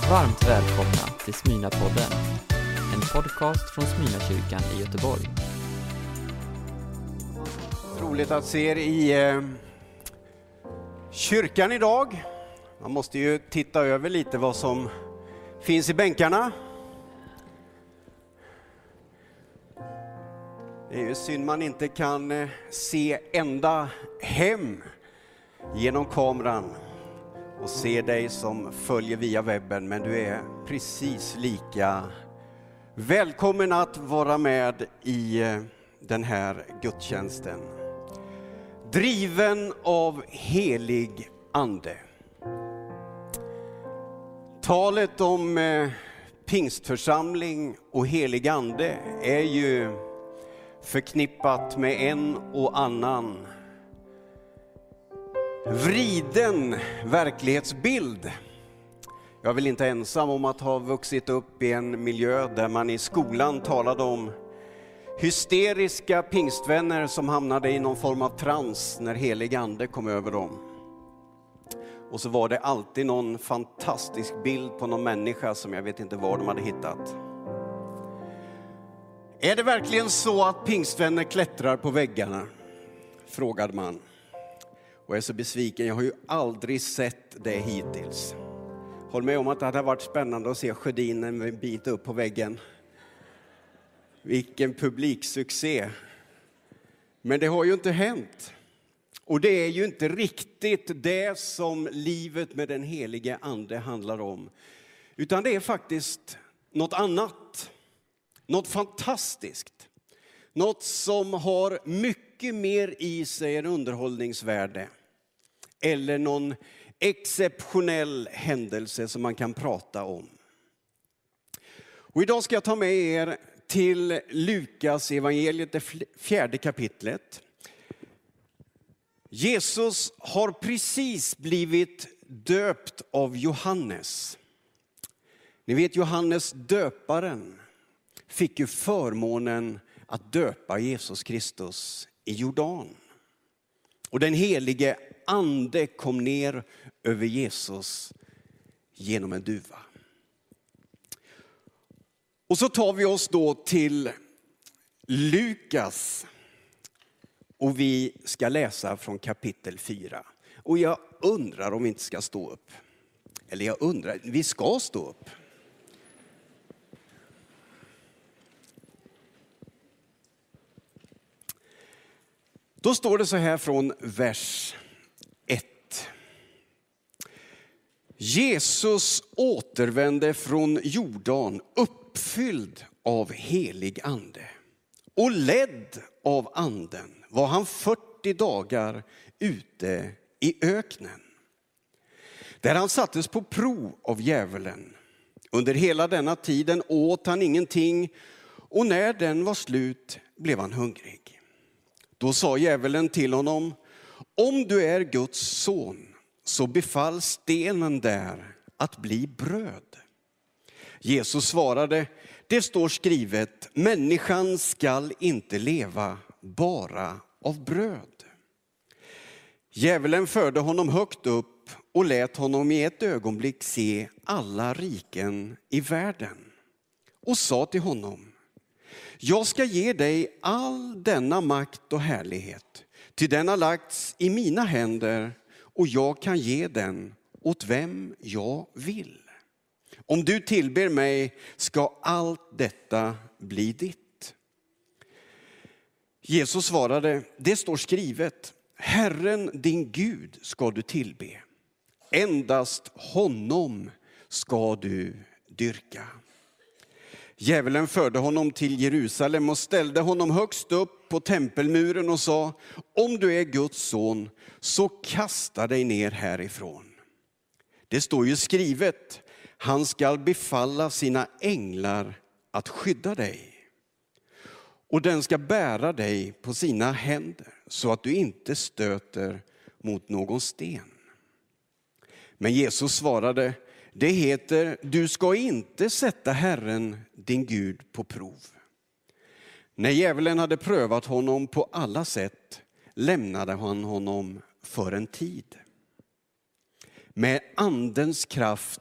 Varmt välkomna till Smyrna-podden, en podcast från Smyrna-kyrkan i Göteborg. Roligt att se er i kyrkan idag. Man måste ju titta över lite vad som finns i bänkarna. Det är ju synd man inte kan se ända hem genom kameran och se dig som följer via webben, men du är precis lika välkommen att vara med i den här gudstjänsten. Driven av helig ande. Talet om pingstförsamling och helig ande är ju förknippat med en och annan vriden verklighetsbild. Jag är väl inte ensam om att ha vuxit upp i en miljö där man i skolan talade om hysteriska pingstvänner som hamnade i någon form av trans när helig ande kom över dem. Och så var det alltid någon fantastisk bild på någon människa som jag vet inte var de hade hittat. Är det verkligen så att pingstvänner klättrar på väggarna? Frågade man. Och jag är så besviken, jag har ju aldrig sett det hittills. Håll med om att det hade varit spännande att se Sjödinen en bit upp på väggen. Vilken publiksuccé. Men det har ju inte hänt. Och det är ju inte riktigt det som livet med den helige ande handlar om. Utan det är faktiskt något annat. Något fantastiskt. Något som har mycket mer i sig än underhållningsvärde. Eller någon exceptionell händelse som man kan prata om. Och idag ska jag ta med er till Lukas evangeliet, det 4:e kapitlet. Jesus har precis blivit döpt av Johannes. Ni vet, Johannes döparen fick ju förmånen att döpa Jesus Kristus i Jordan. Och den helige ande kom ner över Jesus genom en duva. Och så tar vi oss då till Lukas. Och vi ska läsa från kapitel 4. Och jag undrar om vi inte ska stå upp. Eller jag undrar, vi ska stå upp. Då står det så här från vers 1. Jesus återvände från Jordan uppfylld av helig ande. Och ledd av anden var han 40 dagar ute i öknen. Där han sattes på prov av djävulen. Under hela denna tiden åt han ingenting, och när den var slut blev han hungrig. Då sa djävulen till honom: om du är Guds son, så befall stenen där att bli bröd. Jesus svarade: det står skrivet, människan skall inte leva bara av bröd. Djävulen förde honom högt upp och lät honom i ett ögonblick se alla riken i världen. Och sa till honom: jag ska ge dig all denna makt och härlighet, ty den har lagts i mina händer, och jag kan ge den åt vem jag vill. Om du tillber mig ska allt detta bli ditt. Jesus svarade: det står skrivet, Herren din Gud ska du tillbe. Endast honom ska du dyrka. Djävulen förde honom till Jerusalem och ställde honom högst upp på tempelmuren och sa: om du är Guds son, så kasta dig ner härifrån. Det står ju skrivet, han skall befalla sina änglar att skydda dig. Och den ska bära dig på sina händer så att du inte stöter mot någon sten. Men Jesus svarade: det heter, du ska inte sätta Herren din Gud på prov. När djävulen hade prövat honom på alla sätt lämnade han honom för en tid. Med andens kraft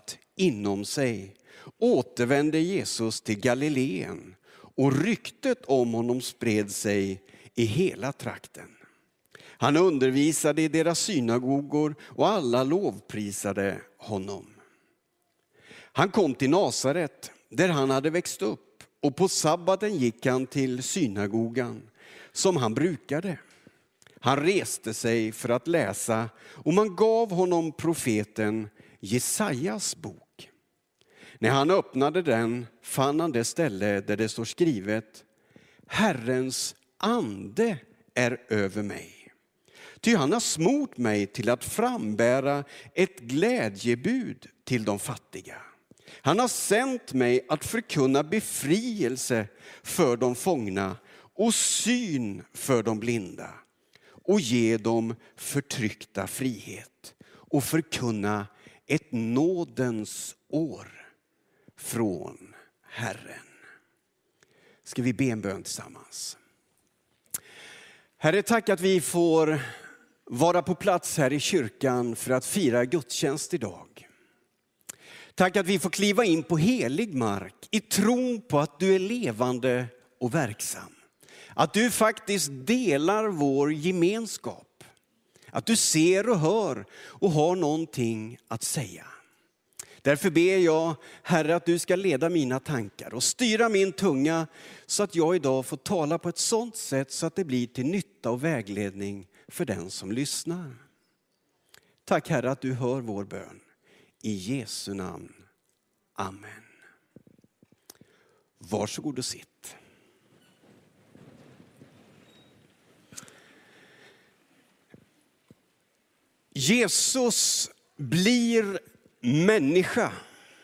inom sig återvände Jesus till Galileen, och ryktet om honom spred sig i hela trakten. Han undervisade i deras synagogor och alla lovprisade honom. Han kom till Nasaret där han hade växt upp, och på sabbaten gick han till synagogan som han brukade. Han reste sig för att läsa, och man gav honom profeten Jesajas bok. När han öppnade den fann han det ställe där det står skrivet: Herrens ande är över mig. Ty han har smort mig till att frambära ett glädjebud till de fattiga. Han har sänt mig att förkunna befrielse för de fångna och syn för de blinda, och ge dem förtryckta frihet, och förkunna ett nådens år från Herren. Ska vi be en bön tillsammans? Herre, tack att vi får vara på plats här i kyrkan för att fira gudstjänst idag. Tack att vi får kliva in på helig mark i tron på att du är levande och verksam. Att du faktiskt delar vår gemenskap. Att du ser och hör och har någonting att säga. Därför ber jag, Herre, att du ska leda mina tankar och styra min tunga, så att jag idag får tala på ett sådant sätt så att det blir till nytta och vägledning för den som lyssnar. Tack, Herre, att du hör vår bön. I Jesu namn. Amen. Varsågod och sitt. Jesus blir människa.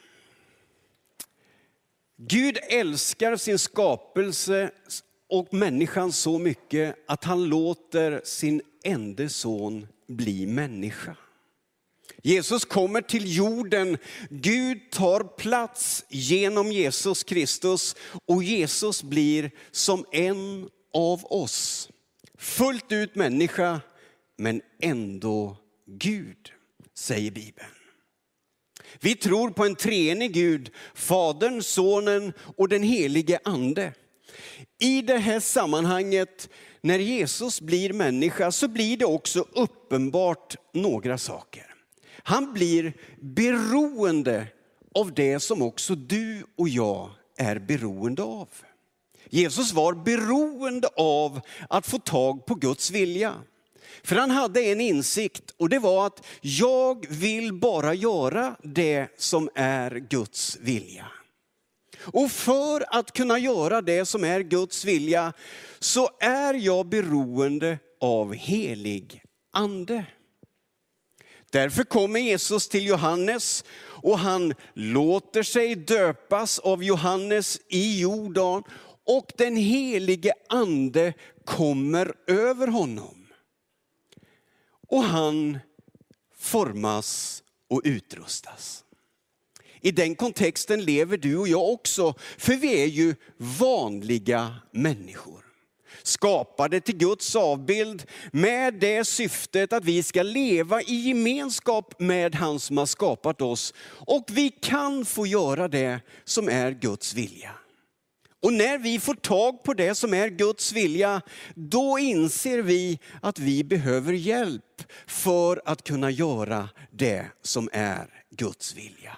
Gud älskar sin skapelse och människan så mycket att han låter sin enda son bli människa. Jesus kommer till jorden. Gud tar plats genom Jesus Kristus, och Jesus blir som en av oss. Fullt ut människa, men ändå Gud, säger Bibeln. Vi tror på en treenig Gud, Fadern, Sonen och den helige Ande. I det här sammanhanget, när Jesus blir människa, så blir det också uppenbart några saker. Han blir beroende av det som också du och jag är beroende av. Jesus var beroende av att få tag på Guds vilja. För han hade en insikt, och det var att jag vill bara göra det som är Guds vilja. Och för att kunna göra det som är Guds vilja så är jag beroende av helig ande. Därför kommer Jesus till Johannes, och han låter sig döpas av Johannes i Jordan, och den helige ande kommer över honom. Och han formas och utrustas. I den kontexten lever du och jag också, för vi är ju vanliga människor. Skapade till Guds avbild med det syftet att vi ska leva i gemenskap med han som har skapat oss. Och vi kan få göra det som är Guds vilja. Och när vi får tag på det som är Guds vilja, då inser vi att vi behöver hjälp för att kunna göra det som är Guds vilja.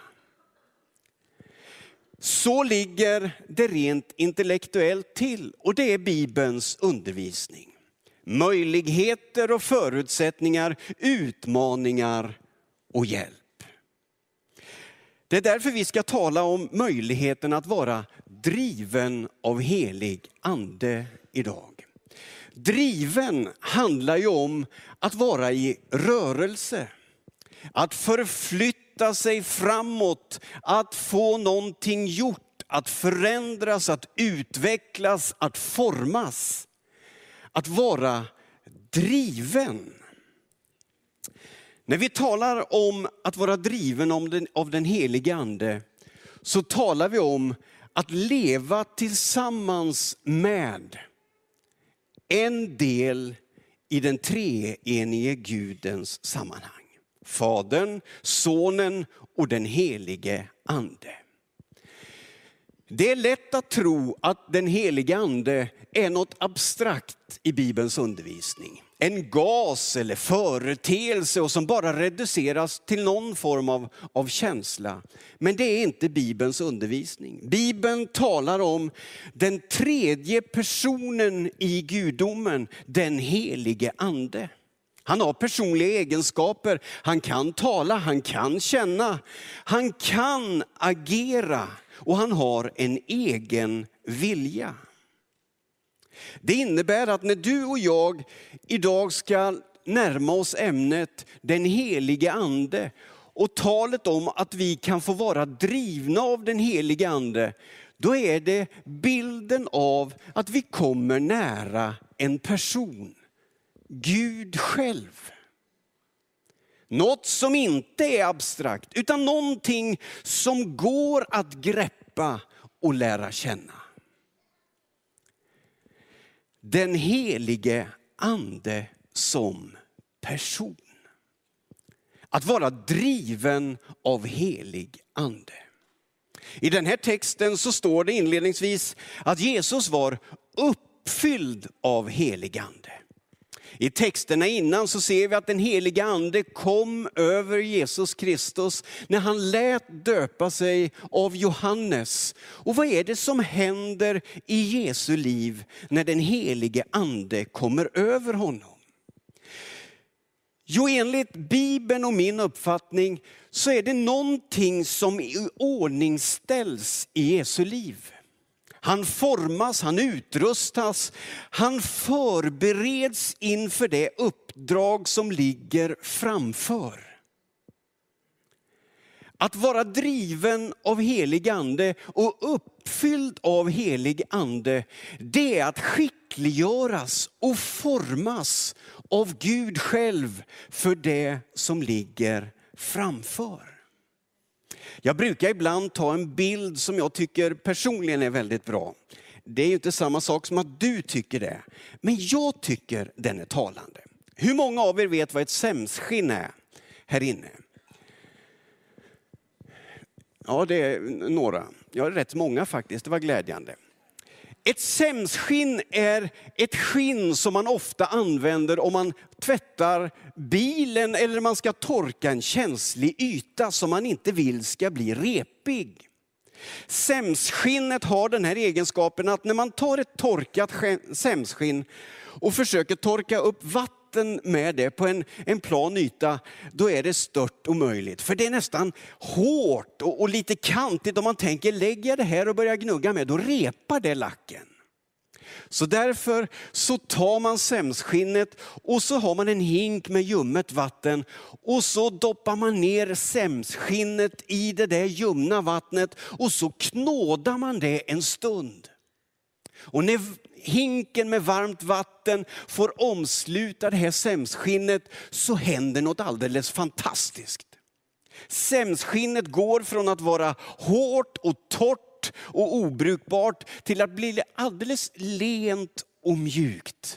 Så ligger det rent intellektuellt till, och det är Bibelns undervisning. Möjligheter och förutsättningar, utmaningar och hjälp. Det är därför vi ska tala om möjligheten att vara driven av helig ande idag. Driven handlar ju om att vara i rörelse, att förflytta sig framåt, att få någonting gjort, att förändras, att utvecklas, att formas. Att vara driven. När vi talar om att vara driven av den helige ande, så talar vi om att leva tillsammans med en del i den treenige Gudens sammanhang. Fadern, Sonen och den helige ande. Det är lätt att tro att den helige ande är något abstrakt i Bibelns undervisning. En gas eller företeelse och som bara reduceras till någon form av känsla. Men det är inte Bibelns undervisning. Bibeln talar om den tredje personen i gudomen, den helige ande. Han har personliga egenskaper, han kan tala, han kan känna, han kan agera och han har en egen vilja. Det innebär att när du och jag idag ska närma oss ämnet den helige ande och talet om att vi kan få vara drivna av den helige ande, då är det bilden av att vi kommer nära en person, Gud själv. Något som inte är abstrakt utan någonting som går att greppa och lära känna. Den helige ande som person. Att vara driven av helig ande. I den här texten så står det inledningsvis att Jesus var uppfylld av helig ande. I texterna innan så ser vi att den heliga ande kom över Jesus Kristus när han lät döpa sig av Johannes. Och vad är det som händer i Jesu liv när den helige ande kommer över honom? Jo, enligt Bibeln och min uppfattning så är det någonting som i ordning ställs i Jesu liv. Han formas, han utrustas, han förbereds inför det uppdrag som ligger framför. Att vara driven av helig ande och uppfylld av helig ande, det är att skickliggöras och formas av Gud själv för det som ligger framför. Jag brukar ibland ta en bild som jag tycker personligen är väldigt bra. Det är ju inte samma sak som att du tycker det. Men jag tycker den är talande. Hur många av er vet vad ett sämskinn är här inne? Ja, det är några. Ja, det är rätt många faktiskt. Det var glädjande. Ett sämskinn är ett skinn som man ofta använder om man tvättar bilen eller man ska torka en känslig yta som man inte vill ska bli repig. Sämsskinnet har den här egenskapen att när man tar ett torkat sämskinn och försöker torka upp vatten med det på en plan yta, då är det stört omöjligt. För det är nästan hårt och lite kantigt om man tänker, lägger jag det här och börjar gnugga med, då repar det lacken. Så därför så tar man sämsskinnet och så har man en hink med ljummet vatten och så doppar man ner sämsskinnet i det där ljumna vattnet och så knådar man det en stund. Och när hinken med varmt vatten får omsluta det här sämsskinnet så händer något alldeles fantastiskt. Sämsskinnet går från att vara hårt och torrt och obrukbart till att bli alldeles lent och mjukt.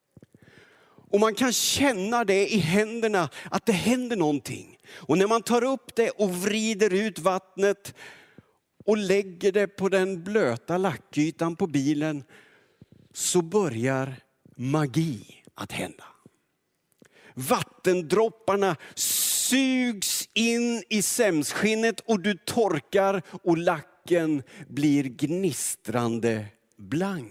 Och man kan känna det i händerna att det händer någonting. Och när man tar upp det och vrider ut vattnet och lägger det på den blöta lackytan på bilen, så börjar magi att hända. Vattendropparna sugs in i sämsskinnet och du torkar och lacken blir gnistrande blank.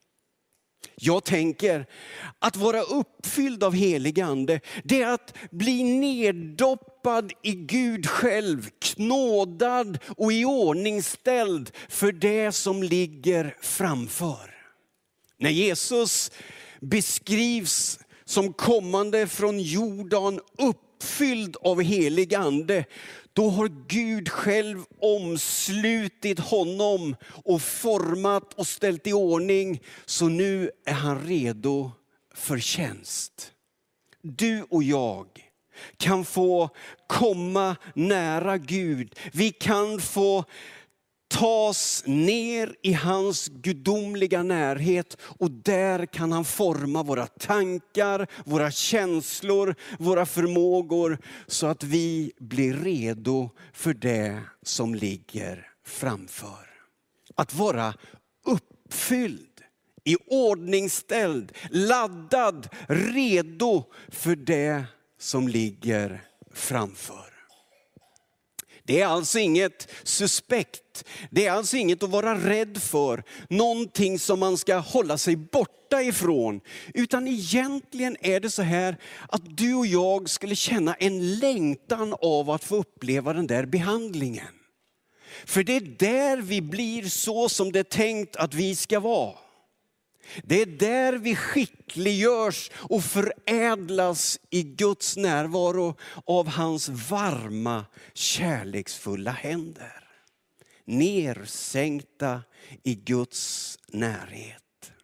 Jag tänker att vara uppfylld av helig ande, det är att bli neddoppad i Gud själv, knådad och iordningställd för det som ligger framför. När Jesus beskrivs som kommande från Jordan uppfylld av helig ande, då har Gud själv omslutit honom och format och ställt i ordning. Så nu är han redo för tjänst. Du och jag kan få komma nära Gud. Vi kan få tas ner i hans gudomliga närhet, och där kan han forma våra tankar, våra känslor, våra förmågor, så att vi blir redo för det som ligger framför. Att vara uppfylld, iordningställd, laddad, redo för det som ligger framför. Det är alltså inget suspekt. Det är alltså inget att vara rädd för. Någonting som man ska hålla sig borta ifrån. Utan egentligen är det så här att du och jag skulle känna en längtan av att få uppleva den där behandlingen. För det är där vi blir så som det är tänkt att vi ska vara. Det är där vi skickliggörs och förädlas i Guds närvaro av hans varma, kärleksfulla händer. Nersänkta i Guds närhet.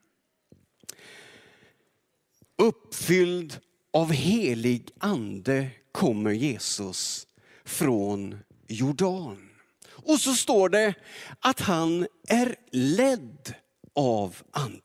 Uppfylld av helig ande kommer Jesus från Jordan. Och så står det att han är ledd av anden.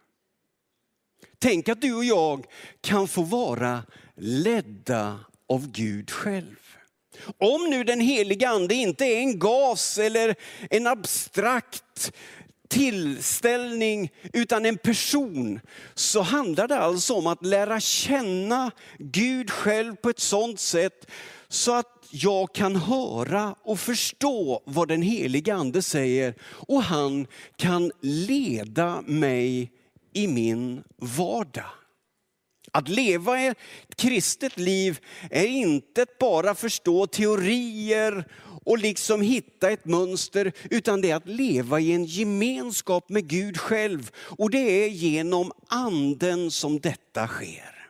Tänk att du och jag kan få vara ledda av Gud själv. Om nu den heliga ande inte är en gas eller en abstrakt tillställning utan en person, så handlar det alltså om att lära känna Gud själv på ett sådant sätt så att jag kan höra och förstå vad den heliga ande säger, och han kan leda mig i min vardag. Att leva ett kristet liv är inte bara förstå teorier och liksom hitta ett mönster, utan det är att leva i en gemenskap med Gud själv. Och det är genom anden som detta sker.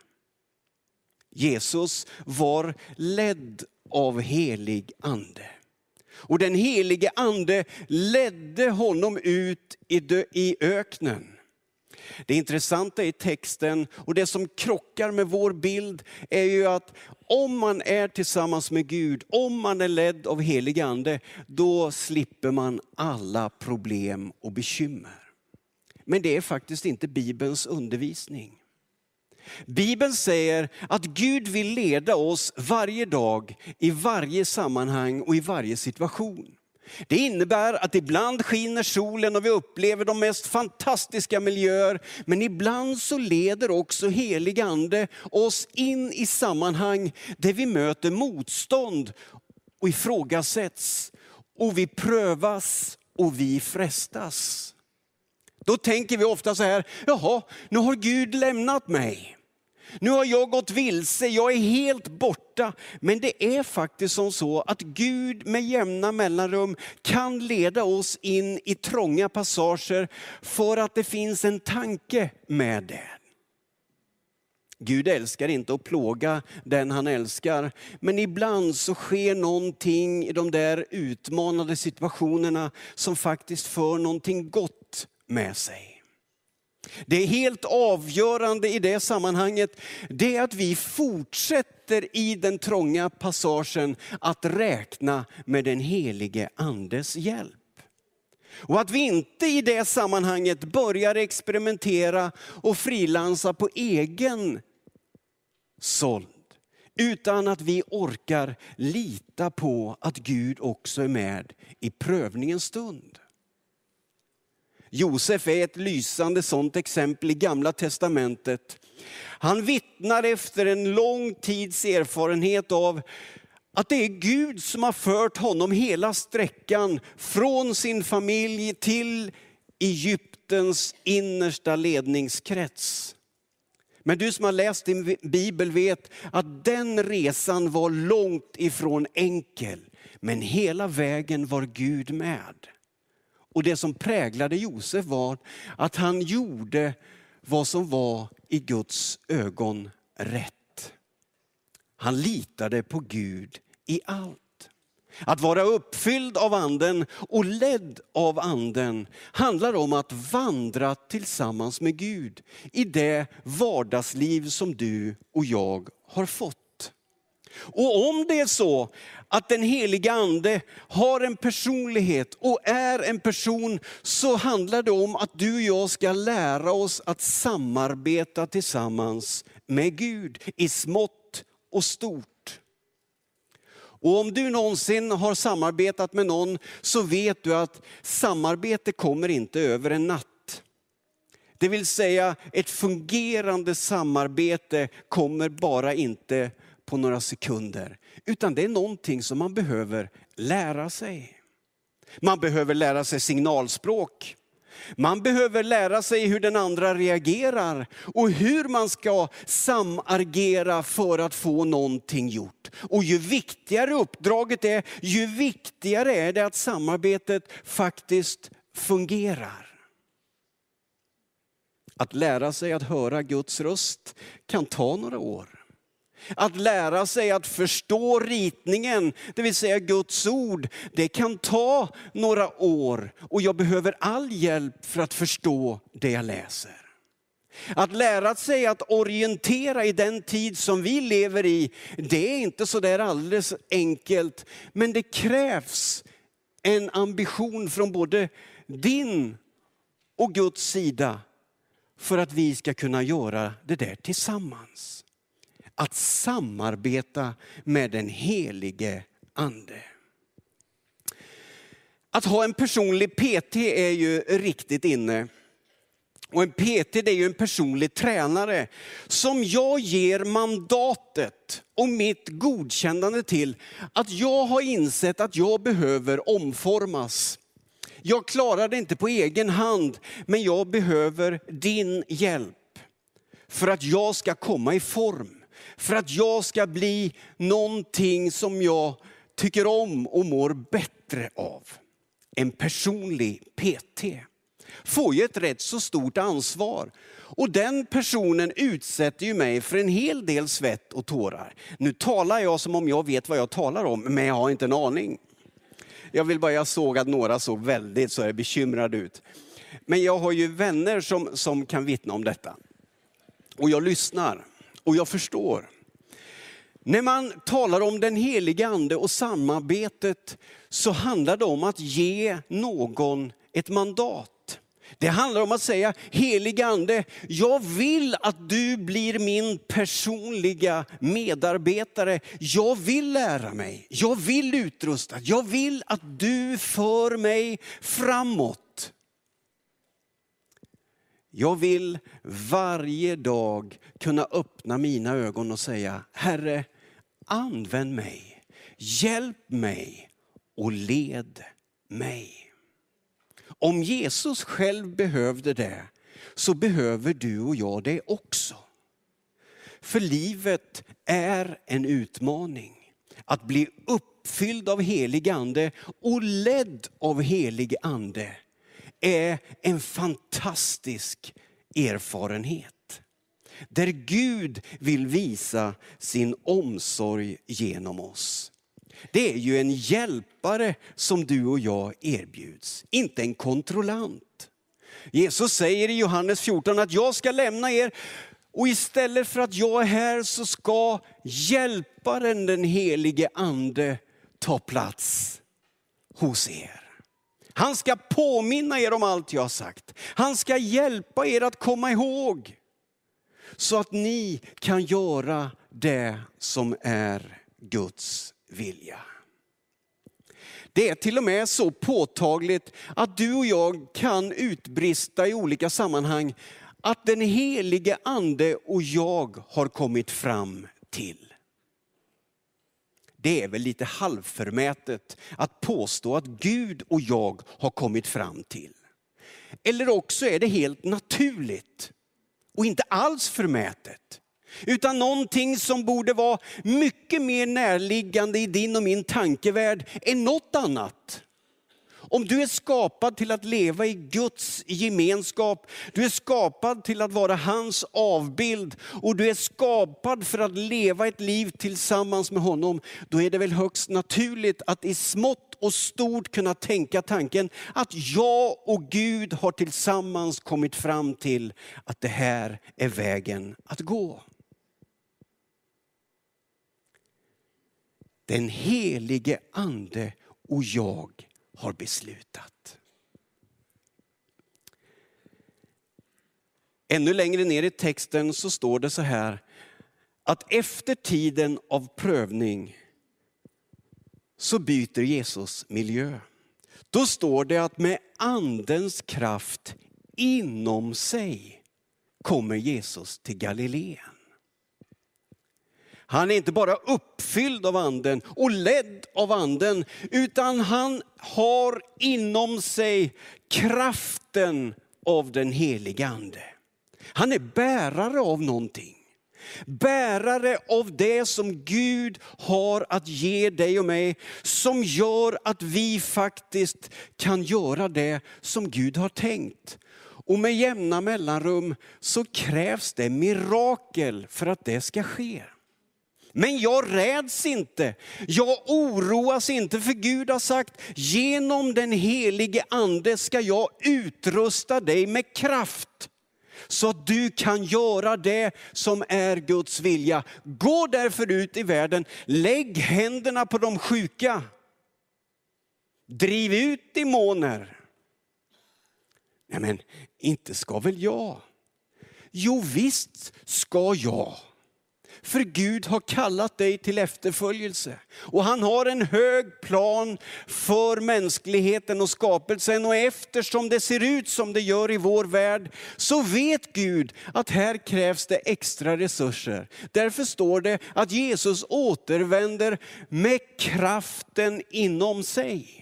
Jesus var ledd av helig ande. Och den helige ande ledde honom ut i öknen. Det intressanta i texten och det som krockar med vår bild är ju att om man är tillsammans med Gud, om man är ledd av helig ande, då slipper man alla problem och bekymmer. Men det är faktiskt inte Bibelns undervisning. Bibeln säger att Gud vill leda oss varje dag, i varje sammanhang och i varje situation. Det innebär att ibland skiner solen och vi upplever de mest fantastiska miljöer. Men ibland så leder också helig ande oss in i sammanhang där vi möter motstånd och ifrågasätts. Och vi prövas och vi frestas. Då tänker vi ofta så här: jaha, nu har Gud lämnat mig. Nu har jag gått vilse, jag är helt borta. Men det är faktiskt som så att Gud med jämna mellanrum kan leda oss in i trånga passager för att det finns en tanke med det. Gud älskar inte att plåga den han älskar, men ibland så sker någonting i de där utmanande situationerna som faktiskt för någonting gott med sig. Det är helt avgörande i det sammanhanget, det är att vi fortsätter i den trånga passagen att räkna med den helige andes hjälp. Och att vi inte i det sammanhanget börjar experimentera och frilansa på egen såld, utan att vi orkar lita på att Gud också är med i prövningens stund. Josef är ett lysande sådant exempel i Gamla testamentet. Han vittnar efter en lång tids erfarenhet av att det är Gud som har fört honom hela sträckan från sin familj till Egyptens innersta ledningskrets. Men du som har läst din bibel vet att den resan var långt ifrån enkel. Men hela vägen var Gud med. Och det som präglade Josef var att han gjorde vad som var i Guds ögon rätt. Han litade på Gud i allt. Att vara uppfylld av anden och ledd av anden handlar om att vandra tillsammans med Gud i det vardagsliv som du och jag har fått. Och om det är så att den heliga ande har en personlighet och är en person, så handlar det om att du och jag ska lära oss att samarbeta tillsammans med Gud i smått och stort. Och om du någonsin har samarbetat med någon, så vet du att samarbete kommer inte över en natt. Det vill säga, ett fungerande samarbete kommer bara inte på några sekunder. Utan det är någonting som man behöver lära sig. Man behöver lära sig signalspråk. Man behöver lära sig hur den andra reagerar och hur man ska samagera för att få någonting gjort. Och ju viktigare uppdraget är, ju viktigare är det att samarbetet faktiskt fungerar. Att lära sig att höra Guds röst kan ta några år. Att lära sig att förstå ritningen, det vill säga Guds ord, det kan ta några år. Och jag behöver all hjälp för att förstå det jag läser. Att lära sig att orientera i den tid som vi lever i, det är inte så där alldeles enkelt. Men det krävs en ambition från både din och Guds sida för att vi ska kunna göra det där tillsammans. Att samarbeta med den helige ande. Att ha en personlig PT är ju riktigt inne. Och en PT, det är ju en personlig tränare som jag ger mandatet och mitt godkännande till att jag har insett att jag behöver omformas. Jag klarar det inte på egen hand, men jag behöver din hjälp för att jag ska komma i form. För att jag ska bli någonting som jag tycker om och mår bättre av. En personlig PT får ju ett rätt så stort ansvar. Och den personen utsätter ju mig för en hel del svett och tårar. Nu talar jag som om jag vet vad jag talar om, men jag har inte en aning. Jag såg att några såg väldigt så bekymrade ut. Men jag har ju vänner som kan vittna om detta. Och jag lyssnar och jag förstår. När man talar om den heliga ande och samarbetet, så handlar det om att ge någon ett mandat. Det handlar om att säga, heliga ande, jag vill att du blir min personliga medarbetare. Jag vill lära mig, jag vill utrusta, jag vill att du för mig framåt. Jag vill varje dag kunna öppna mina ögon och säga, Herre, använd mig, hjälp mig och led mig. Om Jesus själv behövde det, så behöver du och jag det också. För livet är en utmaning. Att bli uppfylld av helig ande och ledd av helig ande är en fantastisk erfarenhet. Där Gud vill visa sin omsorg genom oss. Det är ju en hjälpare som du och jag erbjuds, inte en kontrollant. Jesus säger i Johannes 14 att jag ska lämna er, och istället för att jag är här så ska hjälparen, den helige ande, ta plats hos er. Han ska påminna er om allt jag har sagt. Han ska hjälpa er att komma ihåg, så att ni kan göra det som är Guds vilja. Det är till och med så påtagligt att du och jag kan utbrista i olika sammanhang att den helige ande och jag har kommit fram till. Det är väl lite halvförmätet att påstå att Gud och jag har kommit fram till. Eller också är det helt naturligt och inte alls förmätet. Utan någonting som borde vara mycket mer närliggande i din och min tankevärld än något annat. Om du är skapad till att leva i Guds gemenskap, du är skapad till att vara hans avbild och du är skapad för att leva ett liv tillsammans med honom, då är det väl högst naturligt att i smått och stort kunna tänka tanken att jag och Gud har tillsammans kommit fram till att det här är vägen att gå. den helige ande och jag har beslutat. Ännu längre ner i texten så står det så här, att efter tiden av prövning så byter Jesus miljö. Då står det att med andens kraft inom sig kommer Jesus till Galileen. Han är inte bara uppfylld av anden och ledd av anden, utan han har inom sig kraften av den heliga ande. Han är bärare av någonting. Bärare av det som Gud har att ge dig och mig, som gör att vi faktiskt kan göra det som Gud har tänkt. Och med jämna mellanrum så krävs det mirakel för att det ska ske. Men jag räds inte, jag oroas inte, för Gud har sagt, genom den helige ande ska jag utrusta dig med kraft. Så att du kan göra det som är Guds vilja. Gå därför ut i världen, lägg händerna på de sjuka. Driv ut demoner. Nej men, inte ska väl jag? Jo visst ska jag. För Gud har kallat dig till efterföljelse. Och han har en hög plan för mänskligheten och skapelsen. Och eftersom det ser ut som det gör i vår värld, så vet Gud att här krävs det extra resurser. Därför står det att Jesus återvänder med kraften inom sig.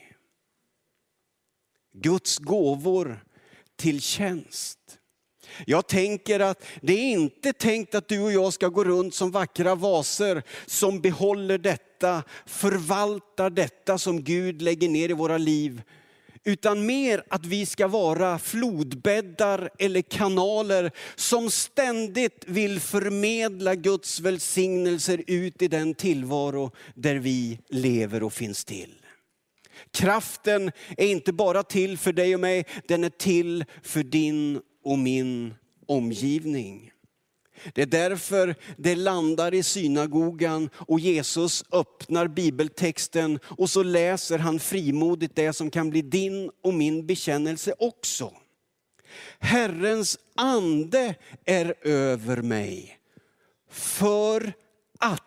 Guds gåvor till tjänst. Jag tänker att det är inte tänkt att du och jag ska gå runt som vackra vaser som behåller detta, förvaltar detta som Gud lägger ner i våra liv. Utan mer att vi ska vara flodbäddar eller kanaler som ständigt vill förmedla Guds välsignelser ut i den tillvaro där vi lever och finns till. Kraften är inte bara till för dig och mig, den är till för din och min omgivning. Det är därför det landar i synagogan och Jesus öppnar bibeltexten och så läser han frimodigt det som kan bli din och min bekännelse också. Herrens ande är över mig för att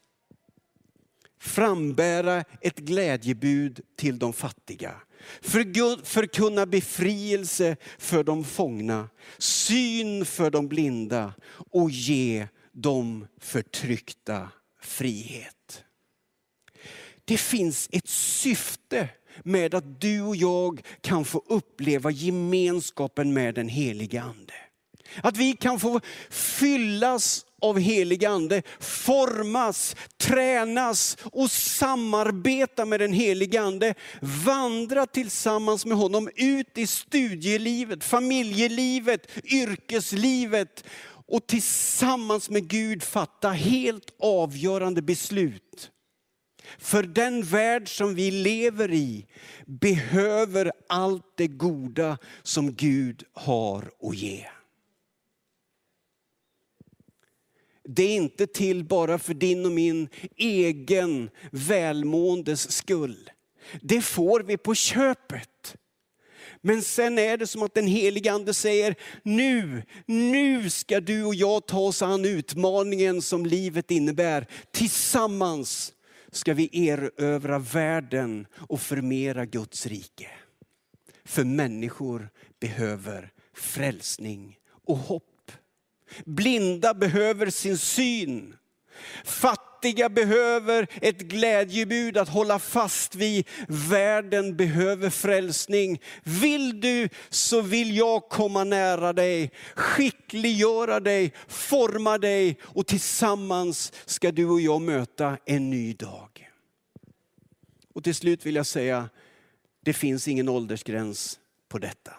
frambära ett glädjebud till de fattiga. Förkunna befrielse för de fångna, syn för de blinda och ge de förtryckta frihet. Det finns ett syfte med att du och jag kan få uppleva gemenskapen med den heliga ande. Att vi kan få fyllas av helig ande, formas, tränas och samarbeta med den helige ande. Vandra tillsammans med honom ut i studielivet, familjelivet, yrkeslivet. Och tillsammans med Gud fatta helt avgörande beslut. För den värld som vi lever i behöver allt det goda som Gud har att ge. Det är inte till bara för din och min egen välmåendes skull. Det får vi på köpet. Men sen är det som att den helige ande säger, nu ska du och jag ta oss an utmaningen som livet innebär. Tillsammans ska vi erövra världen och förmera Guds rike. För människor behöver frälsning och hopp. Blinda behöver sin syn. Fattiga behöver ett glädjebud att hålla fast vid. Världen behöver frälsning. Vill du så vill jag komma nära dig. Skickliggöra dig, forma dig. Och tillsammans ska du och jag möta en ny dag. Och till slut vill jag säga, det finns ingen åldersgräns på detta.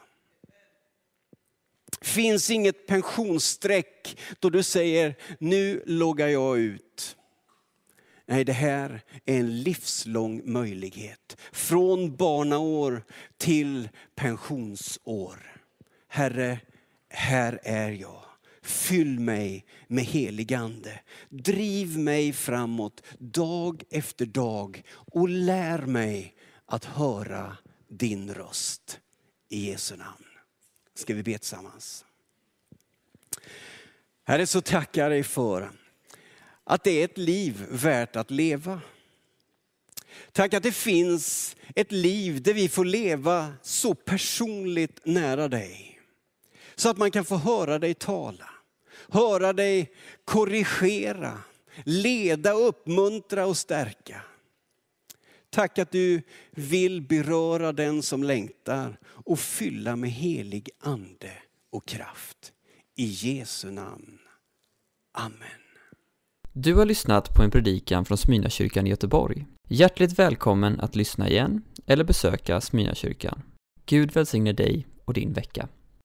Finns inget pensionsstreck då du säger, nu loggar jag ut. Nej, det här är en livslång möjlighet. Från barnaår till pensionsår. Herre, här är jag. Fyll mig med helig ande. Driv mig framåt dag efter dag och lär mig att höra din röst. I Jesu namn. Ska vi be tillsammans. Herre, så tackar jag dig för att det är ett liv värt att leva. Tack att det finns ett liv där vi får leva så personligt nära dig. Så att man kan få höra dig tala. Höra dig korrigera, leda, uppmuntra och stärka. Tack att du vill beröra den som längtar och fylla med helig ande och kraft. I Jesu namn. Amen. Du har lyssnat på en predikan från Smyrnakyrkan i Göteborg. Hjärtligt välkommen att lyssna igen eller besöka Smyrnakyrkan. Gud välsigne dig och din vecka.